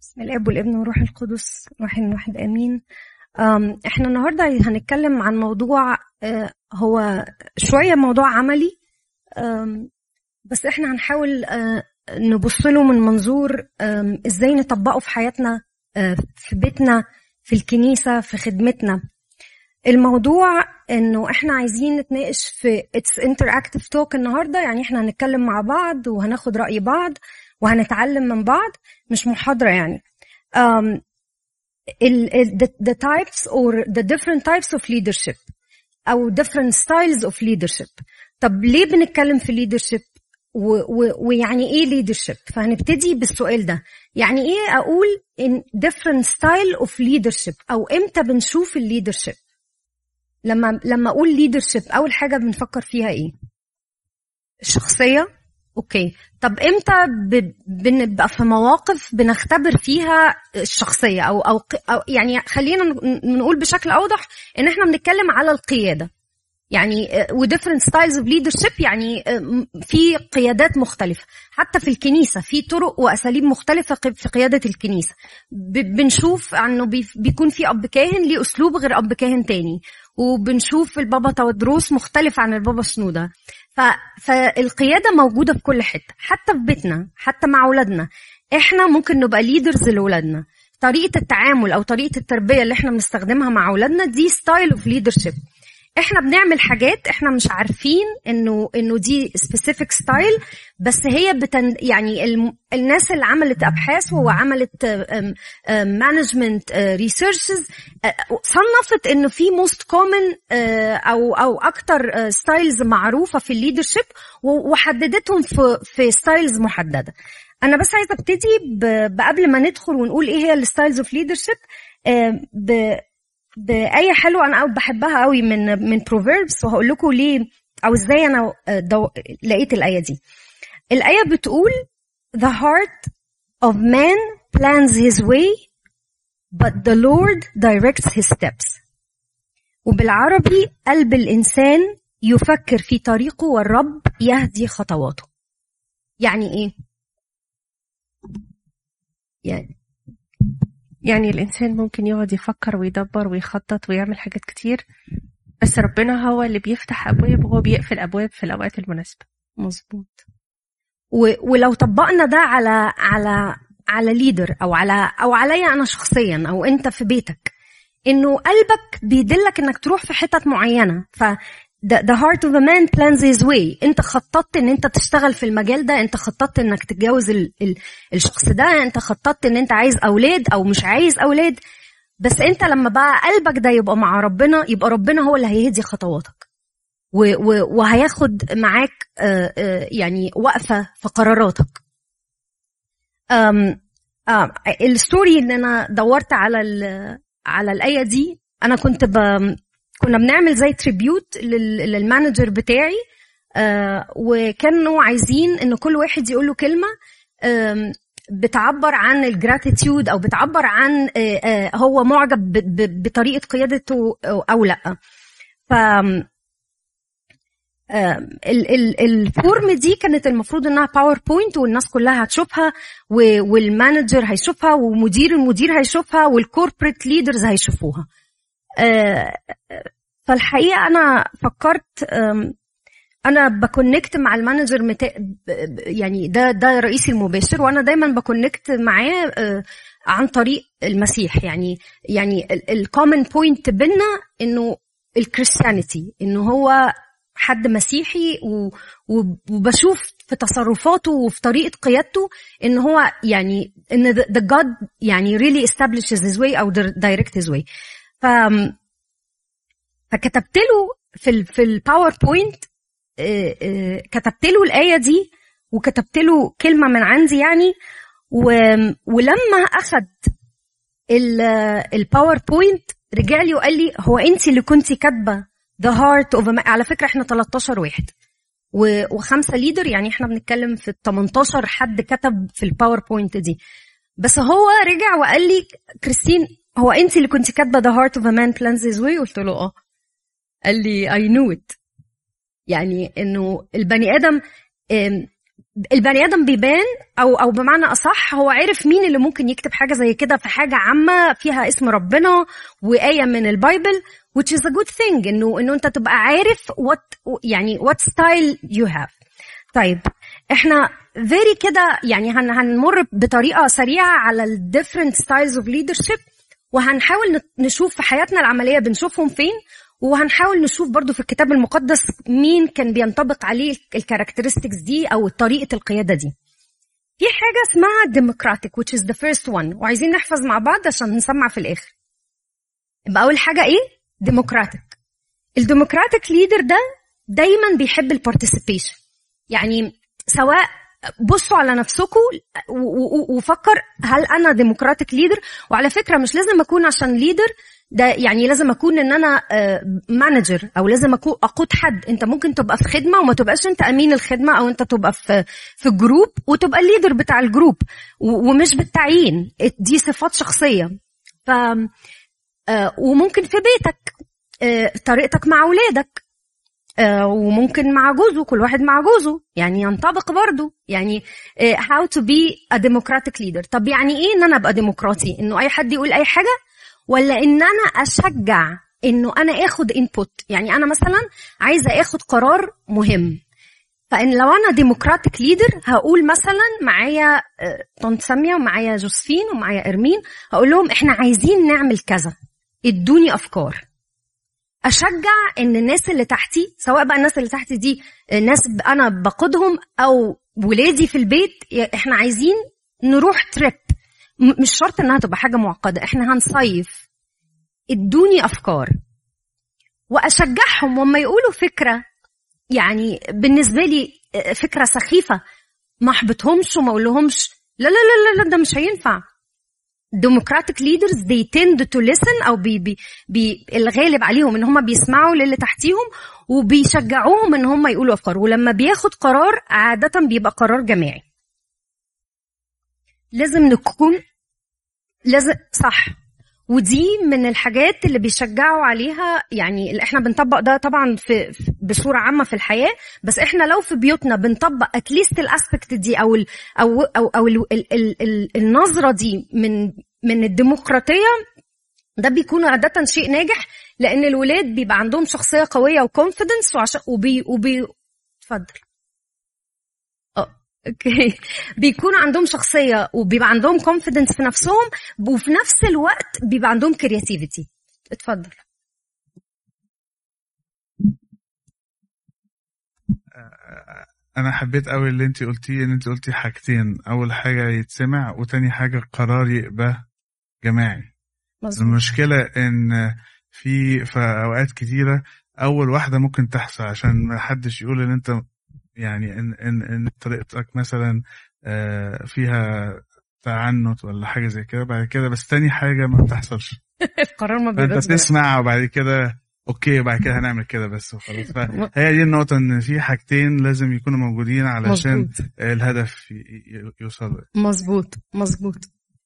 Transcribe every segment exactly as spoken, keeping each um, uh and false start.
بسم الاب والابن والروح القدس واحد واحد امين. احنا النهارده هنتكلم عن موضوع هو شويه موضوع عملي، بس احنا هنحاول نبص له من منظور ازاي نطبقه في حياتنا، في بيتنا، في الكنيسه، في خدمتنا. الموضوع انه احنا عايزين نتناقش في اتس انتراكتيف توك النهارده، يعني احنا هنتكلم مع بعض وهناخد رأي بعض وهنتعلم من بعض، مش محاضرة يعني. um, the, the types or the different types of leadership أو different styles of leadership. طب ليه بنتكلم في leadership ويعني ايه leadership؟ فهنبتدي بالسؤال ده، يعني ايه أقول in different style of leadership أو امتى بنشوف leadership؟ لما لما أقول leadership أول حاجة بنفكر فيها ايه؟ الشخصية. اوكي، طب امتى بنبقى في مواقف بنختبر فيها الشخصيه او او, أو يعني خلينا نقول بشكل اوضح ان احنا بنتكلم على القياده، يعني و different styles of leadership، يعني في قيادات مختلفه. حتى في الكنيسه في طرق واساليب مختلفه في قياده الكنيسه. بنشوف انه بيكون في اب كاهن ليه اسلوب غير اب كاهن تاني، وبنشوف البابا تودروس مختلف عن البابا شنودة. فالقيادة موجودة في كل حتة، حتى في بيتنا، حتى مع أولادنا. احنا ممكن نبقى ليدرز لأولادنا. طريقة التعامل أو طريقة التربية اللي احنا بنستخدمها مع أولادنا دي ستايل اوف ليدرشيب. احنا بنعمل حاجات احنا مش عارفين انه انه دي سبيسيفيك ستايل، بس هي بتن يعني الناس اللي عملت ابحاث وعملت مانجمنت ريسيرشز صنفت انه في موست كومن او او اكتر ستايلز معروفه في الليدرشيب، وحددتهم في في ستايلز محدده. انا بس عايزه ابتدي قبل ما ندخل ونقول ايه هي الستايلز اوف ليدرشيب بآية حلوة أنا بحبها قوي من من Proverbs، وهقول لكم ليه أو إزاي أنا دو... لقيت الآية دي. الآية بتقول The heart of man plans his way but the Lord directs his steps. وبالعربي قلب الإنسان يفكر في طريقه والرب يهدي خطواته. يعني إيه؟ يعني يعني الإنسان ممكن يقعد يفكر ويدبر ويخطط ويعمل حاجات كتير، بس ربنا هو اللي بيفتح أبواب وهو بيقفل أبواب في الأوقات المناسبة. مظبوط. ولو طبقنا ده على على على ليدر أو على أو عليا أنا شخصيا أو أنت في بيتك، إنه قلبك بيدلك إنك تروح في حتت معينة. ف The, the heart of a man plans his way. انت خططت ان انت تشتغل في المجال ده، انت خططت انك تتجوز ال, ال, الشخص ده، انت خططت ان انت عايز اولاد او مش عايز اولاد. بس انت لما بقى قلبك ده يبقى مع ربنا، يبقى ربنا هو اللي هيهدي خطواتك و, و, وهياخد معاك آه آه يعني وقفة في قراراتك. آه الستوري ان انا دورت على على الآية دي، انا كنت ب كنا بنعمل زي تريبيوت للمانجر بتاعي، آه وكانوا عايزين ان كل واحد يقول له كلمه آه بتعبر عن الجراتيتيود او بتعبر عن آه آه هو معجب بطريقه قيادته او لا. ف آه الفورم دي كانت المفروض انها باوربوينت والناس كلها هتشوفها، والمانجر هيشوفها ومدير المدير هيشوفها والكوربريت ليدرز هيشوفوها. فالحقيقة أنا فكرت أنا بكونكت مع المانجر متا... يعني ده ده رئيسي المباشر، وأنا دايما بكونكت معاه عن طريق المسيح. يعني يعني الكومن بوينت بينا إنه الكريستيانيتي، إنه هو حد مسيحي، وبشوف في تصرفاته وفي طريقة قيادته إنه هو يعني إن the God يعني really establishes his way أو direct his way. ف فكتبت له في ال في الباوربوينت، كتبت له الآية دي وكتبت له كلمة من عندي يعني. ولما أخد الباوربوينت رجع لي وقال لي هو أنت اللي كنتي كاتبة the heart of a... على فكرة احنا تلتاشر واحد وخمسة ليدر، يعني احنا بنتكلم في تمنتاشر حد كتب في الباوربوينت دي. بس هو رجع وقال لي كريستين هو انت اللي كنت كاتبه the heart of a man plans his way؟ قلت له اه. قال لي I knew it. يعني انه البني ادم البني ادم بيبان او او بمعنى اصح هو عارف مين اللي ممكن يكتب حاجه زي كده في حاجه عامه فيها اسم ربنا وايه من البايبل which is a good thing انه انه انت تبقى عارف what يعني what style you have. طيب احنا very كده يعني هن هنمر بطريقه سريعه على ال different styles of leadership وهنحاول نشوف في حياتنا العمليه بنشوفهم فين وهنحاول نشوف برضو في الكتاب المقدس مين كان بينطبق عليه الكاركترستكس دي أو طريقة القيادة دي. في حاجة اسمها democratic which is the first one وعايزين نحفظ مع بعض عشان نسمع في الآخر. يبقى أول حاجة إيه؟ democratic. الديموكراتيك ليدر ده دايما بيحب البارتيسيبيشن. يعني سواء بصوا على نفسكم وفكر هل أنا ديموكراتيك ليدر. وعلى فكرة مش لازم أكون عشان ليدر ده يعني لازم اكون ان انا مانجر او لازم اكون اقود حد. انت ممكن تبقى في خدمه وما تبقاش انت امين الخدمه او انت تبقى في في الجروب وتبقى الليدر بتاع الجروب ومش بالتعيين. دي صفات شخصيه. ف وممكن في بيتك طريقتك مع اولادك وممكن مع جوزه كل واحد مع جوزه يعني ينطبق برضو يعني how to be a democratic leader. طب يعني ايه ان انا ابقى ديمقراطي؟ انه اي حد يقول اي حاجه ولا ان انا اشجع انه انا اخد انبوت؟ يعني انا مثلا عايزه اخد قرار مهم فان لو انا ديموكراتيك ليدر هقول مثلا معايا طنط ساميه ومعايا جوزفين ومعايا ارمين هقول لهم احنا عايزين نعمل كذا ادوني افكار. اشجع ان الناس اللي تحتي سواء بقى الناس اللي تحتي دي ناس انا بقودهم او ولادي في البيت احنا عايزين نروح تريب مش شرط انها تبقى حاجة معقدة احنا هنصيف ادوني افكار واشجعهم وما يقولوا فكرة يعني بالنسبة لي فكرة سخيفة ما احبطهمش وما اقولهمش لا لا لا لا ده مش هينفع. democratic leaders they tend to listen او بي بي بي الغالب عليهم ان هم بيسمعوا للي تحتيهم وبيشجعوهم ان هم يقولوا افكار ولما بياخد قرار عادة بيبقى قرار جماعي. لازم نكون لازم صح ودي من الحاجات اللي بيشجعوا عليها يعني اللي احنا بنطبق ده طبعا في بصورة عامة في الحياة بس احنا لو في بيوتنا بنطبق اتليست الاسبكت دي او ال او او, أو ال ال ال ال النظرة دي من من الديمقراطية ده بيكون عادة شيء ناجح لان الولاد بيبقى عندهم شخصية قوية وكونفيدنس وعشان وبي وبي اتفضل اوكي بيكون عندهم شخصيه وبيبقى عندهم كونفيدنس في نفسهم وفي نفس الوقت بيبقى عندهم كرياتيفيتي. اتفضل. انا حبيت قوي اللي انت قلتيه ان انت قلتي حاجتين. اول حاجه يتسمع وتاني حاجه قرار يبقى جماعي. مزبوط. المشكله ان في في اوقات كتيره اول واحده ممكن تحصل عشان ما حدش يقول ان انت يعني ان ان ان طريقتك مثلا فيها تعنت ولا حاجه زي كده بعد كده بس تاني حاجه ما بتحصلش. القرار ما بيبقاش انت تسمع وبعد كده اوكي بعد كده هنعمل كده بس وخلاص. فهي دي النقطه ان في حاجتين لازم يكونوا موجودين علشان مزبوط. الهدف يوصل. مظبوط مظبوط.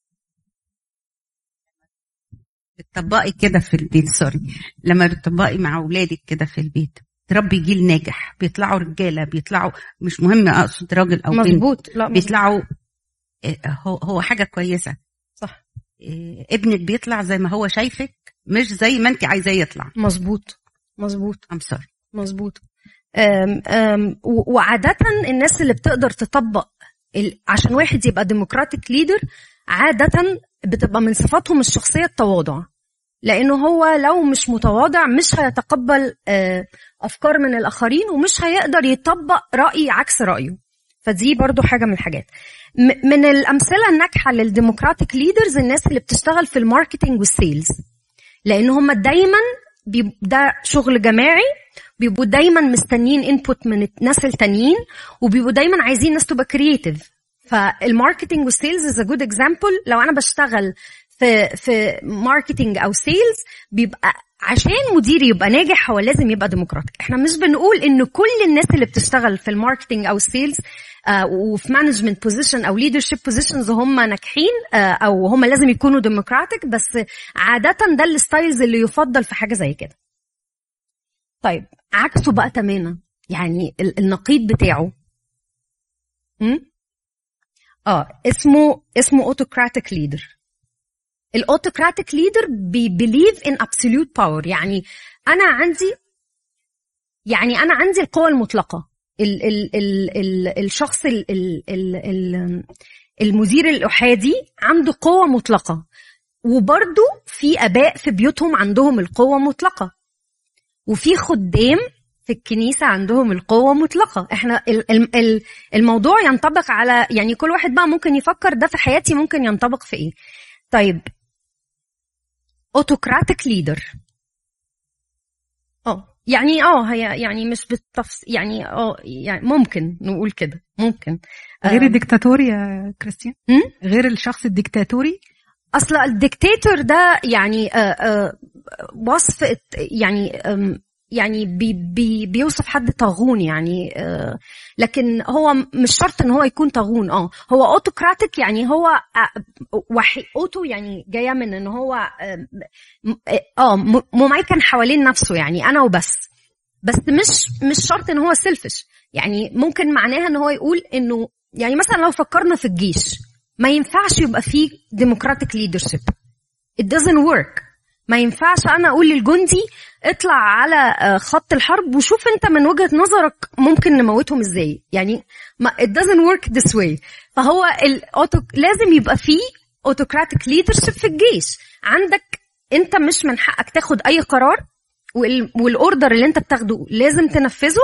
بتطبقي كده في البيت سوري لما بتطبقي مع اولادك كده في البيت تربي جيل ناجح بيطلعوا رجاله بيطلعوا مش مهم اقصد راجل او بنت بيطلعوا هو هو حاجه كويسه صح. ابنك بيطلع زي ما هو شايفك مش زي ما انت عايزاه يطلع. مظبوط مظبوط ام سوري مظبوط. وعاده الناس اللي بتقدر تطبق عشان واحد يبقى ديموكراتيك ليدر عاده بتبقى من صفاتهم الشخصيه التواضع لانه هو لو مش متواضع مش هيتقبل افكار من الاخرين ومش هيقدر يطبق راي عكس رايه. فدي برضو حاجه من الحاجات. من الامثله الناجحه للديموكراتيك ليدرز الناس اللي بتشتغل في الماركتينج والسيلز لان هم دايما ده شغل جماعي بيبقوا دايما مستنيين انبوت من الناس التانيين وبيبقوا دايما عايزين ناس تبقى كرييتيف. فالماركتينج والسيلز از ا جود اكزامبل. لو انا بشتغل في في ماركتينج او سيلز بيبقى عشان مديري يبقى ناجح هو لازم يبقى ديمقراطي. احنا مش بنقول ان كل الناس اللي بتشتغل في الماركتينج او السيلز آه وفي مانجمنت بوزيشن او ليدرشيب بوزيشنز هم ناجحين آه او هم لازم يكونوا ديمقراطيك بس عاده ده الستايلز اللي يفضل في حاجه زي كده. طيب عكسه بقى تماما يعني النقيض بتاعه اه اسمه اسمه اوتوكراتيك ليدر. الاوتوكراتيك ليدر بيبليف ان ابسوليوت باور، يعني انا عندي يعني انا عندي القوه المطلقه. ال ال ال ال الشخص ال ال ال ال المدير الاحادي عنده قوه مطلقه، وبرضو في اباء في بيوتهم عندهم القوه مطلقه، وفي خدام في الكنيسة عندهم القوة مطلقة. احنا الموضوع ينطبق على يعني كل واحد بقى ممكن يفكر ده في حياتي ممكن ينطبق في ايه. طيب اوتوكراتيك ليدر اه يعني اه هي يعني مش بالتفصيل يعني اه يعني ممكن نقول كده ممكن غير الديكتاتوري يا كريستيان، غير الشخص الديكتاتوري. اصلا الديكتاتور ده يعني آآ آآ وصف يعني يعني بي بي بيوصف حد طاغون يعني آه لكن هو مش شرط ان هو يكون طاغون. اه هو اوتوكراتيك يعني هو وحي اوتو يعني جايه من ان هو اه مميكن حوالين نفسه، يعني انا وبس، بس مش مش شرط ان هو سيلفش. يعني ممكن معناها ان هو يقول انه يعني مثلا لو فكرنا في الجيش ما ينفعش يبقى فيه ديموكراتيك ليدرشيب. it doesn't work. ما ينفعش انا اقول للجندي اطلع على خط الحرب وشوف انت من وجهة نظرك ممكن نموتهم ازاي، يعني ما it doesn't work this way. فهو الأوتو... لازم يبقى فيه autocratic leadership في الجيش. عندك انت مش من حقك تاخد اي قرار، وال... والاوردر اللي انت بتاخده لازم تنفذه،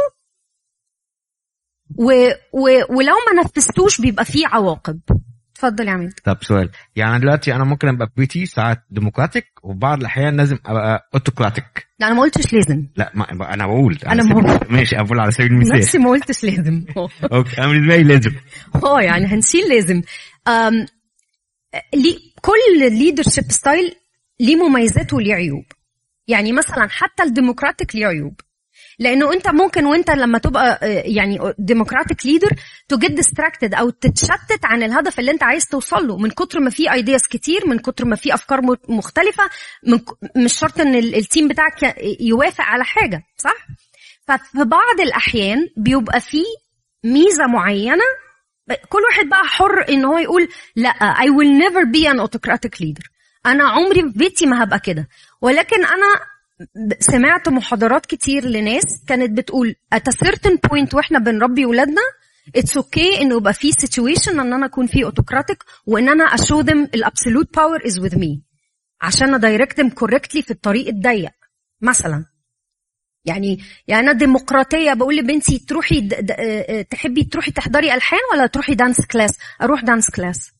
و... و... ولو ما نفذتوش بيبقى فيه عواقب. اتفضل يا عماد. طب سؤال، يعني دلوقتي انا ممكن ابقى بيتي ساعات ديمقراطيك وبعض الاحيان لازم ابقى اوتوكراتيك. لا انا ما قلتش لازم. لا ما انا بقول انا ما ماشي اقول على سبيل المثال نفسي ما قلتش لازم. اوكي انا بالنسبه لي لازم اه يعني هنشيل لازم. أم... لي... كل ليدرشيب ستايل ليه مميزات وليه عيوب. يعني مثلا حتى الديمقراطيك ليه عيوب، لانه انت ممكن وانت لما تبقى يعني ديموكراتيك ليدر تو جيت ديستراكتد او تتشتت عن الهدف اللي انت عايز توصل له، من كتر ما في ايدياز كتير، من كتر ما في افكار مختلفه، من مش شرط ان التيم بتاعك يوافق على حاجه، صح؟ ففي بعض الاحيان بيبقى في ميزه معينه كل واحد بقى حر ان هو يقول لا I will never be an autocratic leader. انا عمري في بيتي ما هبقى كده. ولكن انا سمعت محاضرات كتير لناس كانت بتقول at a certain point واحنا بنربي ولادنا it's okay انه يبقى في situation ان انا اكون في autocratic وان انا show them the absolute power is with me عشان direct them correctly في الطريق الضيق. مثلا يعني يعني انا ديمقراطيه بقول لبنتي تروحي د... د... تحبي تروحي تحضري الحان ولا تروحي دانس كلاس؟ اروح دانس كلاس.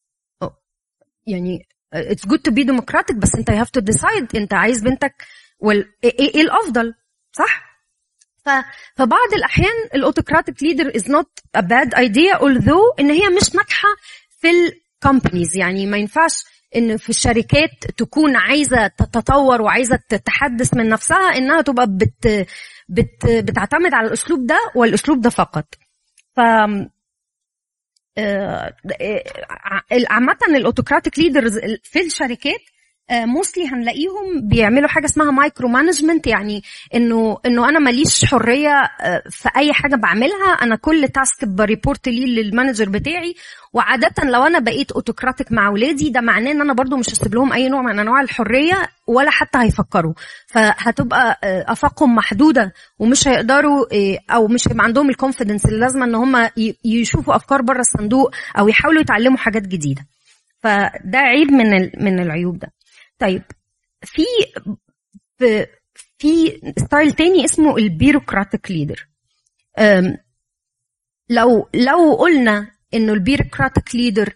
يعني it's good to be democratic بس انت you have to decide انت عايز بنتك وال ايه الافضل، صح؟ ف فبعض الاحيان الاوتوكراتيك ليدر is not a bad idea although ان هي مش ناجحه في الكومبانيز. يعني ما ينفعش ان في الشركات تكون عايزه تتطور وعايزه تتحدث من نفسها انها تبقى بت بت بتعتمد على الاسلوب ده والاسلوب ده فقط. ف عامه الاوتوكراتيك ليدرز في الشركات موستلي هنلاقيهم بيعملوا حاجه اسمها مايكرو مانجمنت، يعني انه انه انا ماليش حريه في اي حاجه بعملها، انا كل تاسك بريبورت ليه للمانجر بتاعي. وعاده لو انا بقيت اوتوكراتيك مع اولادي ده معناه ان انا برضو مش هسيب لهم اي نوع من انواع الحريه ولا حتى هيفكروا، فهتبقى افاقهم محدوده ومش هيقدروا او مش هيبقى عندهم الكونفيدنس اللي لازم ان هم يشوفوا افكار بره الصندوق او يحاولوا يتعلموا حاجات جديده. فده عيب من من العيوب ده. طيب في في, في ستايل تاني اسمه البيروقراطيك ليدر. لو لو قلنا انه البيروقراطيك ليدر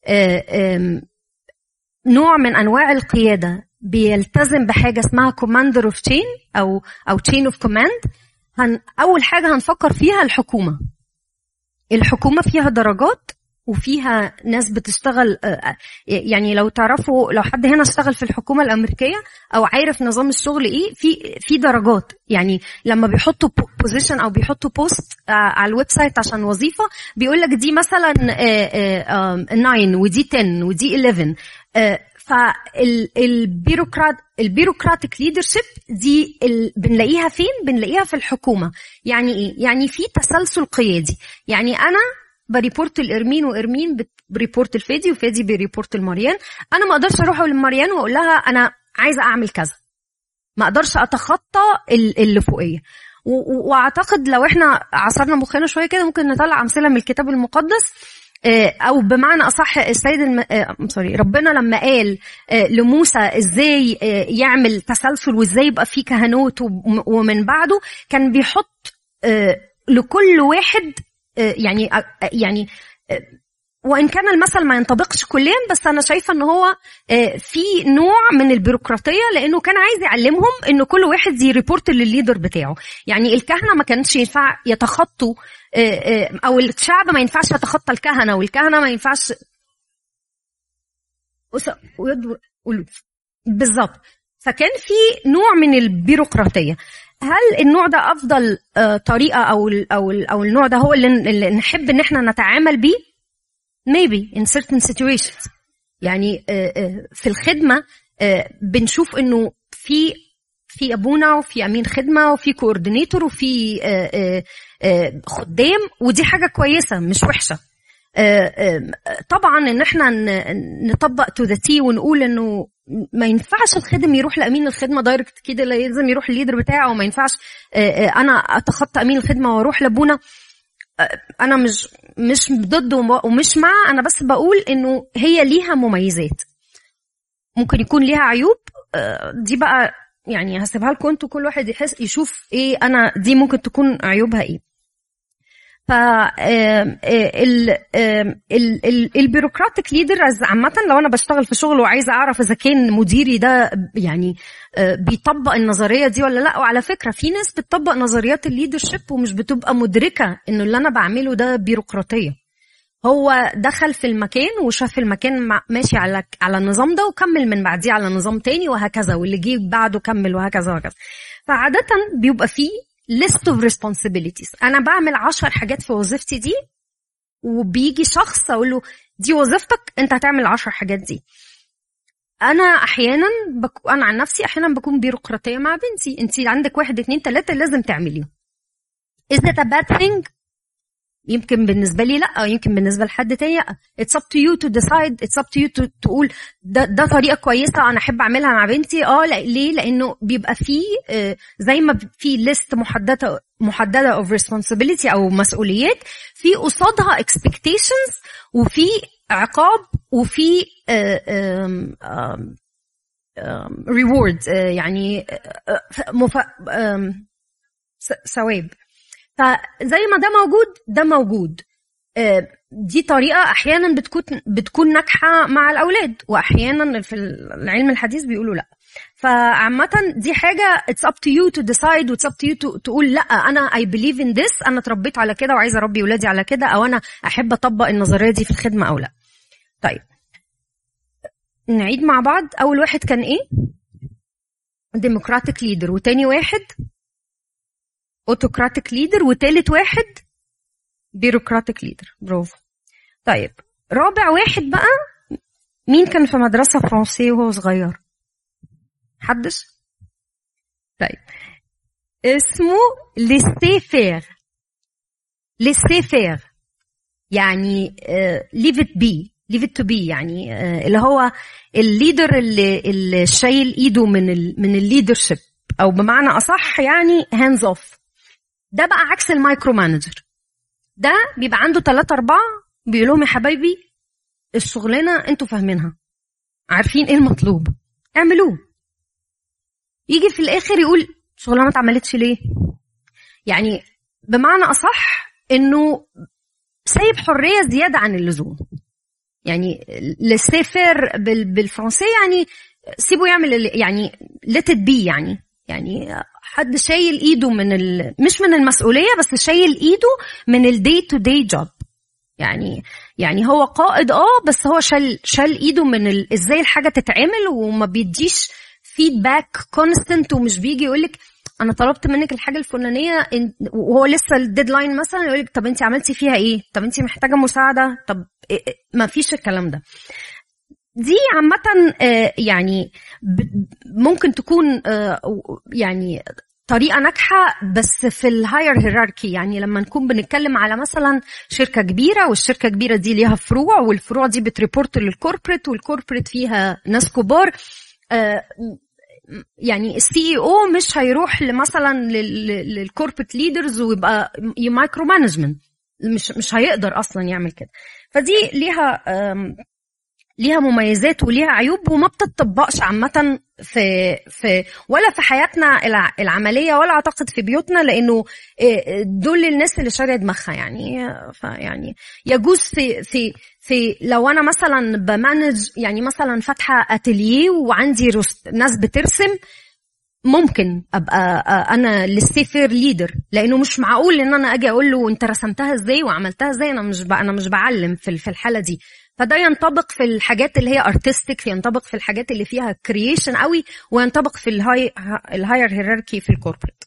نوع من انواع القياده بيلتزم بحاجه اسمها كوماندر اوف تشين او او تشين اوف كوماند، اول حاجه هنفكر فيها الحكومه. الحكومه فيها درجات وفيها ناس بتشتغل، يعني لو تعرفوا لو حد هنا اشتغل في الحكومة الأمريكية أو عارف نظام الشغل إيه، في في درجات. يعني لما بيحطوا بوزيشن أو بيحطوا بوست على الويب سايت عشان وظيفة بيقولك دي مثلا تسعة ودي عشرة ودي إحداشر. فالبيروقراط البيروقراطيك ليدرشيب دي بنلاقيها فين؟ بنلاقيها في الحكومة. يعني إيه؟ يعني في تسلسل قيادي. يعني أنا بريبورت لإرمين وإرمين بريبورت الفادي وفادي بريبورت المريان. انا ما اقدرش اروح لمريان واقول لها انا عايزه اعمل كذا، ما اقدرش اتخطى اللي فوقيه. واعتقد لو احنا عصرنا مخنا شويه كده ممكن نطلع امثله من الكتاب المقدس، او بمعنى اصح السيد الم... سوري ربنا لما قال لموسى ازاي يعمل تسلسل وازاي يبقى فيه كهنوت، ومن بعده كان بيحط لكل واحد يعني يعني وإن كان المثل ما ينطبقش كليا، بس أنا شايفة أنه هو في نوع من البيروقراطية، لأنه كان عايز يعلمهم أنه كل واحد يريبورت للليدر بتاعه. يعني الكهنة ما كانش ينفع يتخطوا، أو الشعب ما ينفعش يتخطى الكهنة، والكهنة ما ينفعش بالضبط. فكان في نوع من البيروقراطية. هل النوع ده أفضل طريقة أو أو أو النوع ده هو اللي نحب إن إحنا نتعامل بيه؟ maybe in certain situations. يعني في الخدمة بنشوف إنه في في أبونا وفي أمين خدمة وفي كوردينيتور وفي خدام، ودي حاجة كويسة مش وحشة. طبعا إن إحنا نطبق to the T ونقول إنه ما ينفعش الخدم يروح لأمين الخدمة دايركت كده، لازم يروح الليدر بتاعه، وما ينفعش أنا أتخطى أمين الخدمة وأروح لأبونا. أنا مش مش ضد ومش مع، أنا بس بقول إنه هي ليها مميزات، ممكن يكون ليها عيوب، دي بقى يعني هسيبها لكم انتوا كل واحد يحس يشوف إيه أنا دي ممكن تكون عيوبها إيه. ف البيروقراطيك ليدر عامه، لو انا بشتغل في شغل وعايزه اعرف اذا كان مديري ده يعني بيطبق النظريه دي ولا لا. وعلى فكره في ناس بتطبق نظريات الليدرشيب ومش بتبقى مدركه انه اللي انا بعمله ده بيروقراطيه. هو دخل في المكان وشاف المكان ماشي على على النظام ده وكمل من بعديه على نظام تاني وهكذا، واللي جه بعده كمل وهكذا وهكذا. فعاده بيبقى فيه list of responsibilities. أنا بعمل عشر حاجات في وظيفتي دي، وبيجي شخص أقول له دي وظيفتك، أنت هتعمل عشر حاجات دي. أنا أحيانا بك... أنا عن نفسي أحيانا بكون بيروقراطية مع بنتي، أنت عندك واحد اتنين تلاتة لازم تعمليه. Is that a bad thing؟ يمكن بالنسبة لي لأ، يمكن بالنسبة لحد تاني لأ. It's up to you to decide. It's up to you to تقول ده, ده طريقة كويسة أنا أحب أعملها مع بنتي. آه لا، ليه؟ لأنه بيبقى فيه آه زي ما في list محددة محددة of responsibility أو مسؤوليات، في قصادها expectations وفي عقاب وفي آه آه آه آه reward، آه يعني آه مف... آه ثواب. فزي ما ده موجود ده موجود. دي طريقة أحيانا بتكون بتكون ناجحة مع الأولاد، وأحيانا في العلم الحديث بيقولوا لأ. فعامة دي حاجة it's up to you to decide و it's up to you to تقول لأ أنا I believe in this، أنا تربيت على كده وعايزة أربي ولادي على كده، أو أنا أحب أطبق النظرية دي في الخدمة أو لأ. طيب نعيد مع بعض. أول واحد كان إيه؟ democratic leader، وتاني واحد autocratic leader، وتالت واحد bureaucratic leader. برافو. طيب رابع واحد بقى، مين كان في مدرسة فرنسية وهو صغير؟ حدش؟ طيب اسمه laisser faire. laisser faire يعني uh, leave it be leave it to be، يعني uh, اللي هو الليدر اللي, اللي شايل ايده من ال من الليدرشيب، او بمعنى اصح يعني hands off. ده بقى عكس المايكرو مانجر. ده بيبقى عنده ثلاثة أربعة بيقول لهم يا حبايبي الشغلانة انتوا فاهمينها، عارفين ايه المطلوب، اعملوه. يجي في الاخر يقول شغلانة ما اتعملتش ليه؟ يعني بمعنى اصح انه سايب حرية زيادة عن اللزوم. يعني للسفر بالفرنسية يعني سيبه يعمل، يعني let it be، يعني يعني حد شايل ايده من ال... مش من المسؤولية بس شايل ايده من الدي تو دي جوب. يعني يعني هو قائد اه بس هو شال شال ايده من ال... ازاي الحاجة تتعمل، وما بيديش فيدباك كونستنت، ومش بيجي يقولك انا طلبت منك الحاجة الفلانية وهو لسه الديدلاين مثلا، يقولك طب انت عملتي فيها ايه، طب انت محتاجة مساعدة، طب إيه؟ ما فيش الكلام ده. دي عامة يعني ممكن تكون يعني طريقه ناجحه بس في الهاير هيراركي. يعني لما نكون بنتكلم على مثلا شركه كبيره، والشركه الكبيره دي ليها فروع، والفروع دي بتريبورت للكوربريت، والكوربريت فيها ناس كبار، آه يعني السي او مش هيروح مثلا للكوربريت ليدرز ويبقى مايكرو مانجمنت، مش مش هيقدر اصلا يعمل كده. فدي ليها ليها مميزات وليها عيوب، وما بتطبقش عامه في في ولا في حياتنا العمليه، ولا اعتقد في بيوتنا، لانه دول الناس اللي شاريه دماغها. يعني فيعني يجوز في في في لو انا مثلا بمانج، يعني مثلا فاتحه اتيليه وعندي ناس بترسم، ممكن ابقى انا للسيفير ليدر، لانه مش معقول ان انا اجي اقول له انت رسمتها ازاي وعملتها ازاي، انا مش انا مش بعلم في في الحاله دي. فده ينطبق في الحاجات اللي هي ارتستيك، ينطبق في الحاجات اللي فيها كرييشن قوي، وينطبق في الهاي الهاير هيراركي في الكوربريت.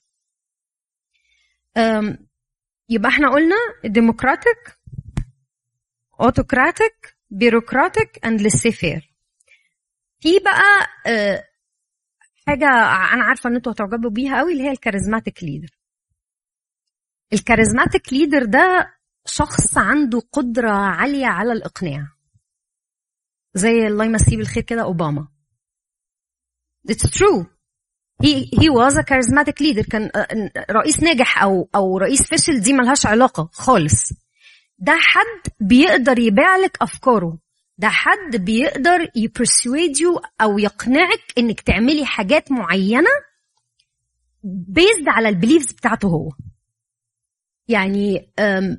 يبقى احنا قلنا ديموكراتيك، اوتوكراتيك، بيروقراطيك اند ليسيفير. في بقى حاجه انا عارفه ان انتوا هتعجبوا بيها قوي، اللي هي الكاريزماتيك ليدر. الكاريزماتيك ليدر ده شخص عنده قدره عاليه على الاقناع، زي الله يمسيه بالخير كده اوباما. It's true. he he was a charismatic leader. كان رئيس ناجح او او رئيس فشل دي ملهاش علاقه خالص. ده حد بيقدر يبيع لك افكاره، ده حد بيقدر يبرسويد يو او يقنعك انك تعملي حاجات معينه بيزد على البيليفز بتاعته هو. يعني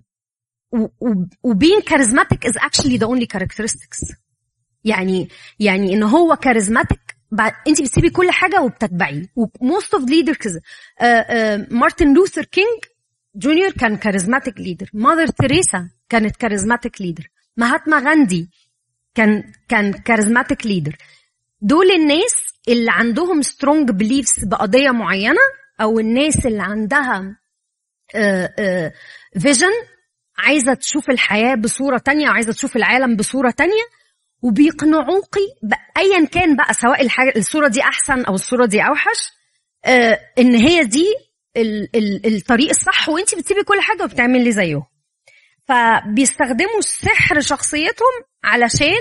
وبين charismatic is actually the only characteristics. يعني يعني ان هو كاريزماتيك، انت بتسيبي كل حاجه وبتتبعيه. وموست اوف ليدرز، مارتن لوثر كينج جونيور كان كاريزماتيك ليدر، ماذر تيريسا كانت كاريزماتيك ليدر، مهاتما غاندي كان كان كاريزماتيك ليدر. دول الناس اللي عندهم سترونج بليفز بقضيه معينه، او الناس اللي عندها فيجن، عايزه تشوف الحياه بصوره تانية، وعايزه تشوف العالم بصوره تانية، وبيقنعوكي ايا كان بقى، سواء الحاجه الصوره دي احسن او الصوره دي اوحش، آه ان هي دي ال ال الطريق الصح، وانت بتسيبي كل حاجه وبتعملي زيه. فبيستخدموا سحر شخصيتهم علشان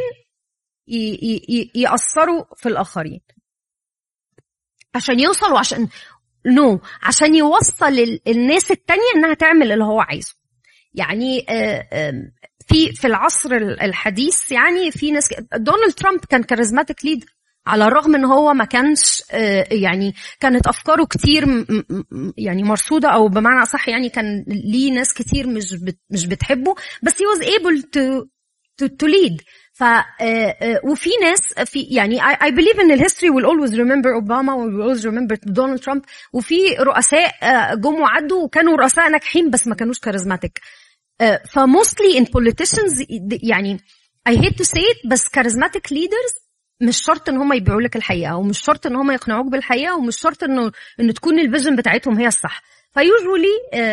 يأثروا في الاخرين، عشان يوصلوا، عشان نو no, عشان يوصل الناس التانية انها تعمل اللي هو عايزه. يعني آه آه في في العصر الحديث، يعني في ناس، دونالد ترامب كان كاريزماتيك ليدر، على الرغم ان هو ما كانش يعني كانت افكاره كتير يعني مرصوده، او بمعنى اصح يعني كان ليه ناس كتير مش مش بتحبه، بس he was able to to, to lead. ف وفي ناس في يعني I, I believe in the history will always remember Obama will always remember Donald Trump. وفي رؤساء جم وعدوا وكانوا رؤساء ناجحين بس ما كانوش كاريزماتيك. فموستلي in politicians يعني I hate to say it، بس charismatic leaders مش شرط ان هم يبيعوا لك الحقيقه، ومش شرط ان هم يقنعوك بالحقيقه، ومش شرط انه ان تكون الفيجن بتاعتهم هي الصح. فيوجولي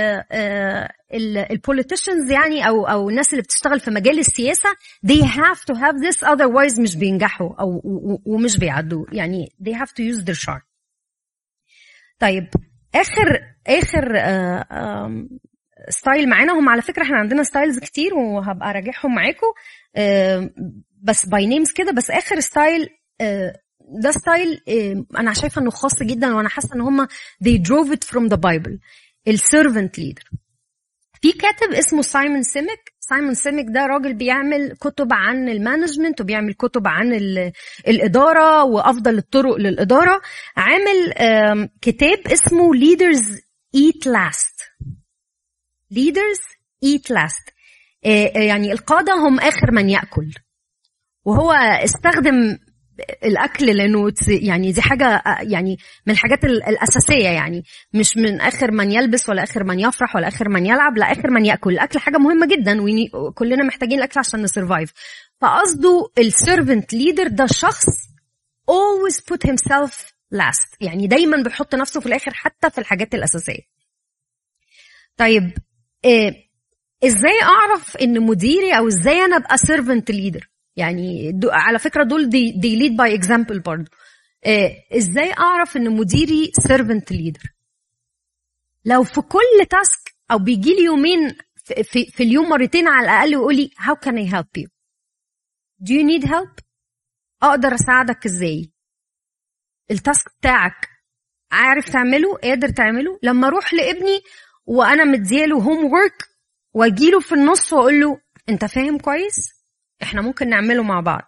البوليتيشنز يعني او او الناس اللي بتشتغل في مجال السياسه they have to have this otherwise مش بينجحوا او ومش بيعدوا، يعني they have to use their charm. طيب اخر اخر آه آه ستايل معانا، هم على فكره احنا عندنا ستايلز كتير وهبقى راجعهم معاكم آه بس باي نيمز كده. بس اخر ستايل آه ده ستايل آه انا شايفه انه خاص جدا، وانا حاسه ان هم they drove it from the Bible، السيرفنت ليدر. في كاتب اسمه سايمون سيمك. سايمون سيمك ده راجل بيعمل كتب عن المانجمنت، وبيعمل كتب عن الاداره وافضل الطرق للاداره. عامل آه كتاب اسمه Leaders Eat Last. Leaders eat last. يعني القادة هم آخر من يأكل، وهو استخدم الأكل لأنه يعني دي حاجة يعني من الحاجات الأساسية، يعني مش من آخر من يلبس ولا آخر من يفرح ولا آخر من يلعب، لا آخر من يأكل. الأكل حاجة مهمة جدا وكلنا محتاجين الأكل عشان نسرفايف. فقصده السيرفنت ليدر ده شخص always put himself last، يعني دايما بيحط نفسه في الآخر حتى في الحاجات الأساسية. طيب إيه ازاي اعرف ان مديري، او ازاي انا ابقى سيرفنت ليدر؟ يعني على فكره دول دي, دي ليد باي اكزامبل برضه. إيه ازاي اعرف ان مديري سيرفنت ليدر؟ لو في كل تاسك او بيجي لي يومين في, في, في اليوم مرتين على الاقل ويقول لي how can I help you do you need help اقدر اساعدك ازاي التاسك بتاعك عارف تعمله قادر تعمله لما اروح لابني وانا مدياله هوم ورك واجيله في النص واقول له انت فاهم كويس احنا ممكن نعمله مع بعض.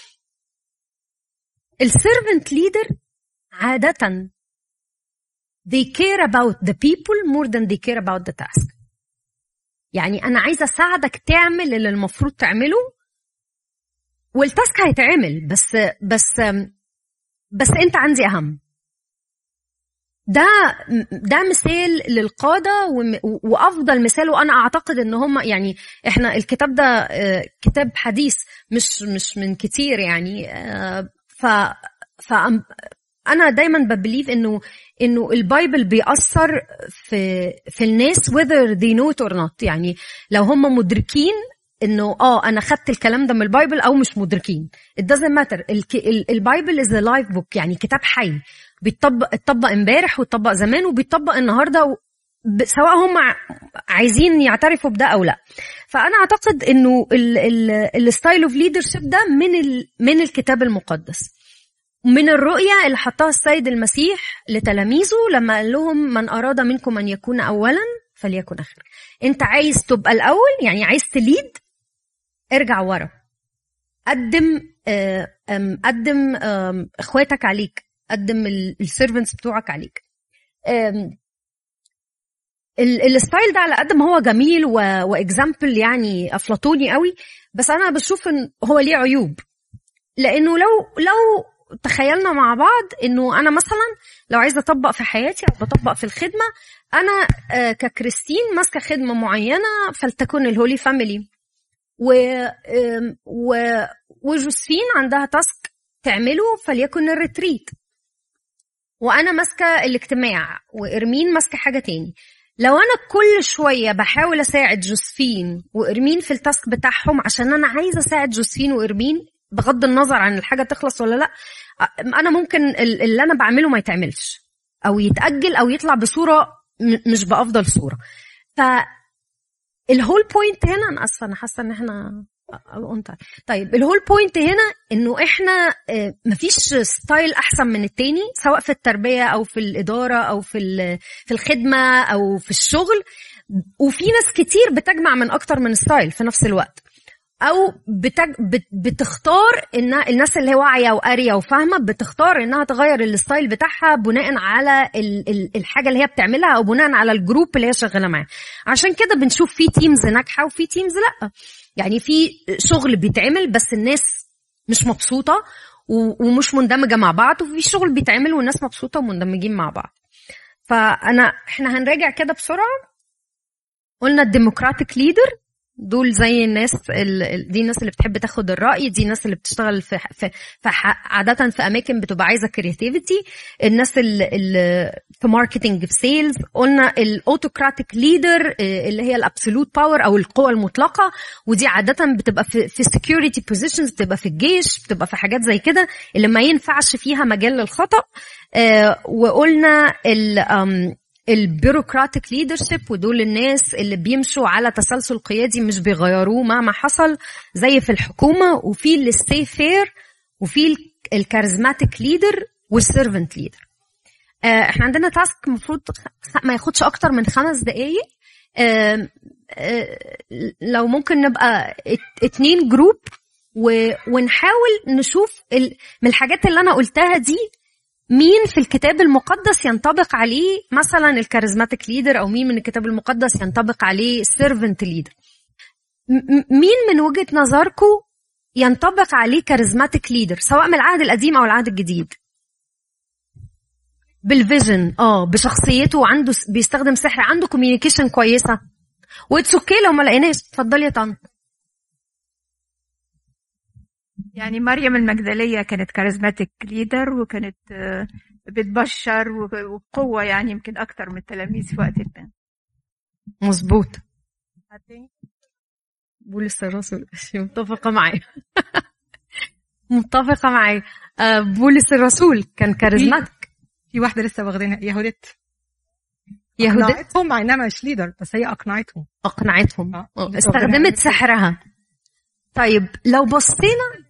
السيرفنت ليدر عادة they care about the people more than they care about the task. يعني أنا عايزة أساعدك تعمل اللي المفروض تعمله والتاسك هيتعمل بس بس بس أنت عندي أهم. ده ده مثال للقادة وأفضل مثال وأنا أعتقد إن هم يعني إحنا الكتاب ده كتاب حديث مش مش من كتير يعني ف ف أنا دايما ببليف إنه إنه البايبل بيأثر في في الناس whether they know it or not. يعني لو هم مدركين إنه آه أنا خدت الكلام ده من البايبل أو مش مدركين it doesn't matter. البايبل is a life book يعني كتاب حي بيتطبق اتطبق امبارح واتطبق زمان وبيتطبق النهارده سواء هم عايزين يعترفوا بده او لا. فانا اعتقد انه الستايل اوف ليدرشيب ده من من الكتاب المقدس من الرؤية اللي حطها السيد المسيح لتلاميذه لما قال لهم من أراد منكم أن يكون أولا فليكن آخر. أنت عايز تبقى الأول يعني عايز تليد ارجع ورا قدم قدم إخواتك عليك قدم السيرفنتس بتوعك عليك. الستايل ده على قد ما هو جميل واكزامبل يعني أفلاطوني قوي بس أنا بشوف إن هو ليه عيوب لأنه لو لو تخيلنا مع بعض انه انا مثلا لو عايزه اطبق في حياتي او بطبق في الخدمه انا ككريستين ماسكه خدمه معينه فلتكن الهولي فاميلي و و وجوزفين عندها تاسك تعمله فليكن الريتريت وانا ماسكه الاجتماع وارمين ماسكه حاجه تاني. لو انا كل شويه بحاول اساعد جوزفين وارمين في التاسك بتاعهم عشان انا عايزه اساعد جوزفين وارمين بغض النظر عن الحاجة تخلص ولا لا أنا ممكن اللي أنا بعمله ما يتعملش أو يتأجل أو يطلع بصورة مش بأفضل صورة. فالهول بوينت هنا أنا أصلا أنا حاسة إن إحنا طيب الهول بوينت هنا إنه إحنا مفيش ستايل أحسن من التاني سواء في التربية أو في الإدارة أو في في الخدمة أو في الشغل وفي ناس كتير بتجمع من أكتر من ستايل في نفس الوقت او بتج... بت... بتختار ان الناس اللي هي واعيه وقاريه وفاهمه بتختار انها تغير الستايل بتاعها بناء على ال... ال... الحاجه اللي هي بتعملها او بناء على الجروب اللي هي شغاله معاه. عشان كده بنشوف في تيمز ناجحه وفي تيمز لا يعني في شغل بيتعمل بس الناس مش مبسوطه و... ومش مندمجه مع بعض وفي شغل بيتعمل والناس مبسوطه ومندمجين مع بعض. فانا احنا هنراجع كده بسرعه. قلنا الديموكراتيك ليدر دول زي الناس دي الناس اللي بتحب تاخد الرأي دي الناس اللي بتشتغل في, في, في عادة في أماكن بتبقى عايزة كرياتيفيتي الناس اللي, اللي في ماركتينج في سيلز. قلنا الأوتوكراتيك ليدر اللي هي الأبسولوت باور أو القوة المطلقة ودي عادة بتبقى في, في security positions بتبقى في الجيش بتبقى في حاجات زي كده اللي ما ينفعش فيها مجال للخطأ. وقلنا ال البيروقراطيك ليدرشيب ودول الناس اللي بيمشوا على تسلسل قيادي مش بيغيروه مهما حصل زي في الحكومة. وفي الستي فير وفي الكاريزماتيك ليدر والسيرفنت ليدر. احنا عندنا تاسك مفروض ما ياخدش اكتر من خمس دقايق. لو ممكن نبقى اتنين جروب ونحاول نشوف من الحاجات اللي انا قلتها دي مين في الكتاب المقدس ينطبق عليه مثلا الكاريزماتيك ليدر او مين من الكتاب المقدس ينطبق عليه السيرفنت ليدر. مين من وجهة نظركم ينطبق عليه كاريزماتيك ليدر سواء من العهد القديم او العهد الجديد بالفيجن اه بشخصيته وعنده بيستخدم سحر عنده كوميونيكيشن كويسه واتس اوكي لو ما لقيناش اتفضلي يا طنط. يعني مريم المجدلية كانت كاريزماتيك ليدر وكانت بتبشر وقوة يعني يمكن أكتر من التلاميذ في وقت ما. مظبوط. بولس الرسول متفقة معي متفقة معي. بولس الرسول كان كاريزماتيك. في واحدة لسه واخدينها يهودت يهودية اقنعتهم مع انها مش ليدر، بس هي اقنعتهم اقنعتهم آه. استخدمت سحرها. طيب لو بصينا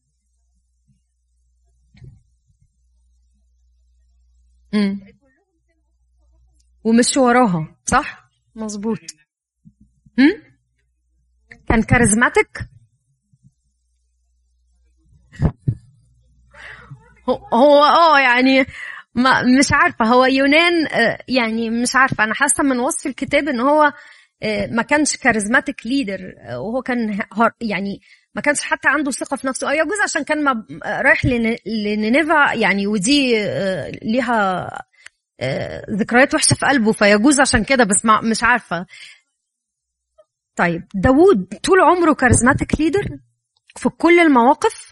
امم ومش وراها، صح؟ مظبوط. هم؟ كان كاريزماتيك. هو اه يعني ما مش عارفه، هو يونان يعني مش عارفه، انا حاسه من وصف الكتاب ان هو ما كانش كاريزماتيك ليدر، وهو كان يعني ما كانش حتى عنده ثقه في نفسه. اه يجوز عشان كان رايح لنينوى يعني، ودي ليها ذكريات وحشه في قلبه، فيجوز عشان كده، بس مش عارفه. طيب داوود طول عمره كاريزماتيك ليدر في كل المواقف.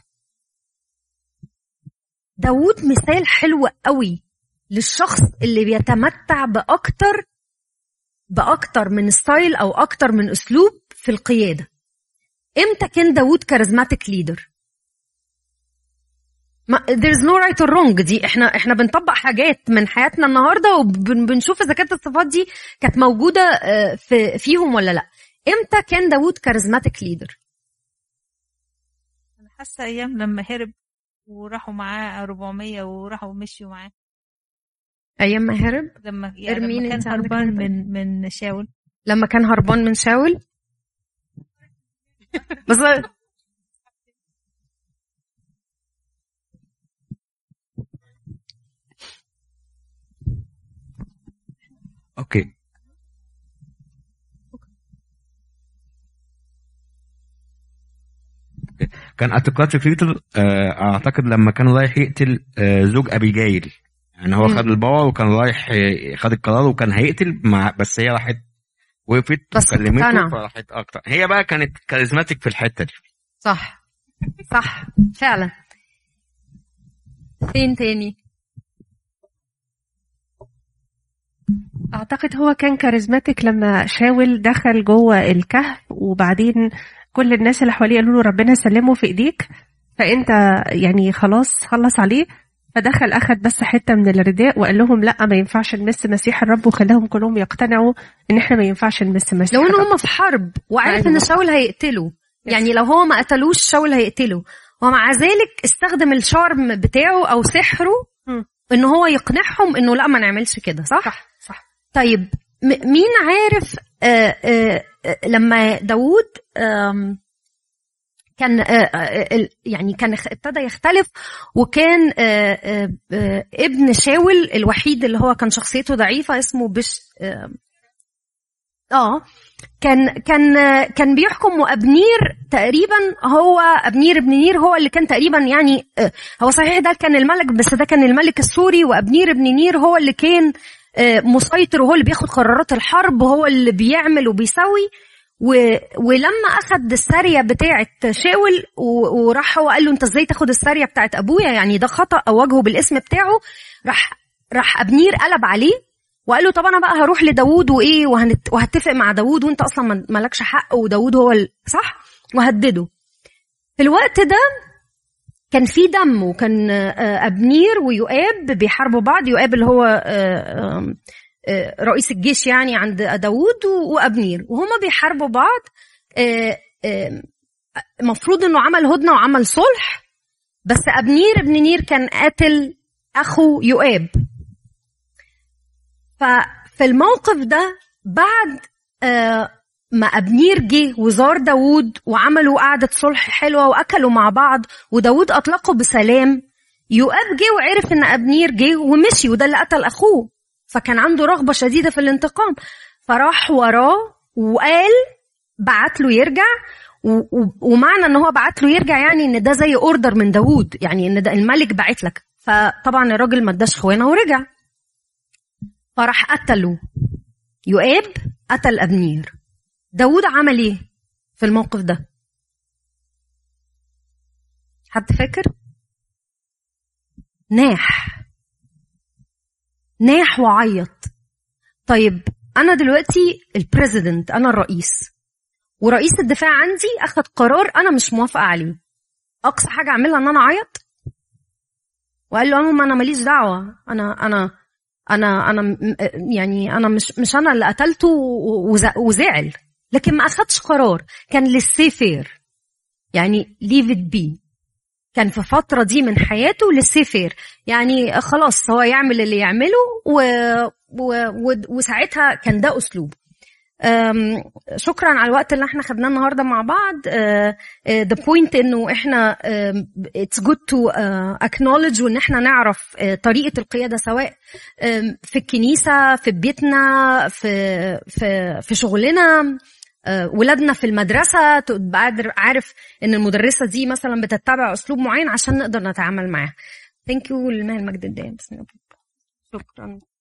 داوود مثال حلو قوي للشخص اللي بيتمتع بأكتر بأكتر من ستايل أو أكتر من أسلوب في القيادة. إمتى كان داوود كاريزماتيك ليدر؟ there's no right or wrong. دي احنا احنا بنطبق حاجات من حياتنا النهارده وبنشوف اذا كانت الصفات دي كانت موجوده في فيهم ولا لا. امتى كان داوود كاريزماتيك ليدر؟ انا حاسه ايام لما هرب وراحوا معاه أربعمية وراحوا مشيوا معاه. ايام ما هرب لما, يعني لما كان هربان من من شاول. لما كان هربان من شاول بس اوكي. كان اتقاد فكرته اعتقد لما كان رايح يقتل زوج ابيجايل، يعني هو خد الباور وكان رايح خد القرار وكان هيقتل مع، بس هي راحت وقفت وكلمته فراحت اكتر. هي بقى كانت كاريزماتيك في الحته دي. صح صح فعلا. فين تاني؟ اعتقد هو كان كاريزماتيك لما شاول دخل جوه الكهف، وبعدين كل الناس اللي حواليه قالوا له ربنا سلمه في ايديك، فانت يعني خلاص خلص عليه. فدخل اخد بس حته من الرداء وقال لهم لا ما ينفعش نمس مسيح الرب، وخلاهم كلهم يقتنعوا ان احنا ما ينفعش نمس مسيح لو ان هم في حرب وعارف ان شاول هيقتله. يعني لو هو ما قتلوش شاول هيقتله، ومع ذلك استخدم الشارم بتاعه او سحره ان هو يقنعهم انه لا ما نعملش كده. صح صح, صح. طيب مين عارف آآ آآ لما داوود كان آآ يعني كان ابتدى يختلف، وكان آآ آآ ابن شاول الوحيد اللي هو كان شخصيته ضعيفة اسمه بش اه كان كان كان بيحكم، وابنير تقريبا هو ابنير ابن نير هو اللي كان تقريبا يعني هو صحيح ده كان الملك، بس ده كان الملك السوري، وابنير ابن نير هو اللي كان مسيطر وهو اللي بياخد قرارات الحرب وهو اللي بيعمل وبيسوي. ولما اخد الساريه بتاعه شاول وراح هو قال له انت ازاي تاخد الساريه بتاعه ابويا، يعني ده خطا او واجهه بالاسم بتاعه، راح راح ابنير قلب عليه وقال له طب انا بقى هروح لداوود وايه وهنت... وهتفق مع داوود وانت اصلا مالكش حق، وداوود هو ال... صح، وهدده. في الوقت ده كان في دم، وكان ابنير ويؤاب بيحاربوا بعض. يؤاب اللي هو رئيس الجيش يعني عند داوود، وابنير وهما بيحاربوا بعض. مفروض انه عمل هدنه وعمل صلح، بس ابنير ابن نير كان قاتل اخو يؤاب. ففي الموقف ده بعد ما أبنير جه وزار داود وعملوا قعدة صلح حلوة وأكلوا مع بعض وداود أطلقه بسلام، يؤاب جه وعرف إن أبنير جه ومشي، وده اللي قتل أخوه، فكان عنده رغبة شديدة في الانتقام، فراح وراه وقال بعت له يرجع. ومعنى إن هو بعت له يرجع يعني إن ده زي أوردر من داود، يعني إن ده الملك بعت لك. فطبعا الراجل ما اداش خوانه ورجع، فراح قتله. يؤاب قتل أبنير. داود عمل ايه في الموقف ده؟ حد فاكر؟ ناح ناح وعيط. طيب انا دلوقتي البريزيدنت، انا الرئيس، ورئيس الدفاع عندي اخذ قرار انا مش موافقه عليه، اقصى حاجه اعملها ان انا اعيط؟ وقال له انا ماليش دعوه، انا انا انا انا يعني انا مش مش انا اللي قتلته وزعل، لكن ما اخدش قرار، كان للسيفير، يعني leave it be. كان في فترة دي من حياته للسيفير، يعني خلاص هو يعمل اللي يعمله و... و... و... وساعتها كان ده أسلوب. شكرا على الوقت اللي احنا خدناه النهاردة مع بعض. the point انه احنا it's good to acknowledge وان احنا نعرف طريقة القيادة، سواء في الكنيسة، في بيتنا، في, في, في شغلنا، ولادنا في المدرسة، تبقى عارف ان المدرسة دي مثلا بتتبع اسلوب معين عشان نقدر نتعامل معاها. Thank you لله المجد الدائم. شكرا.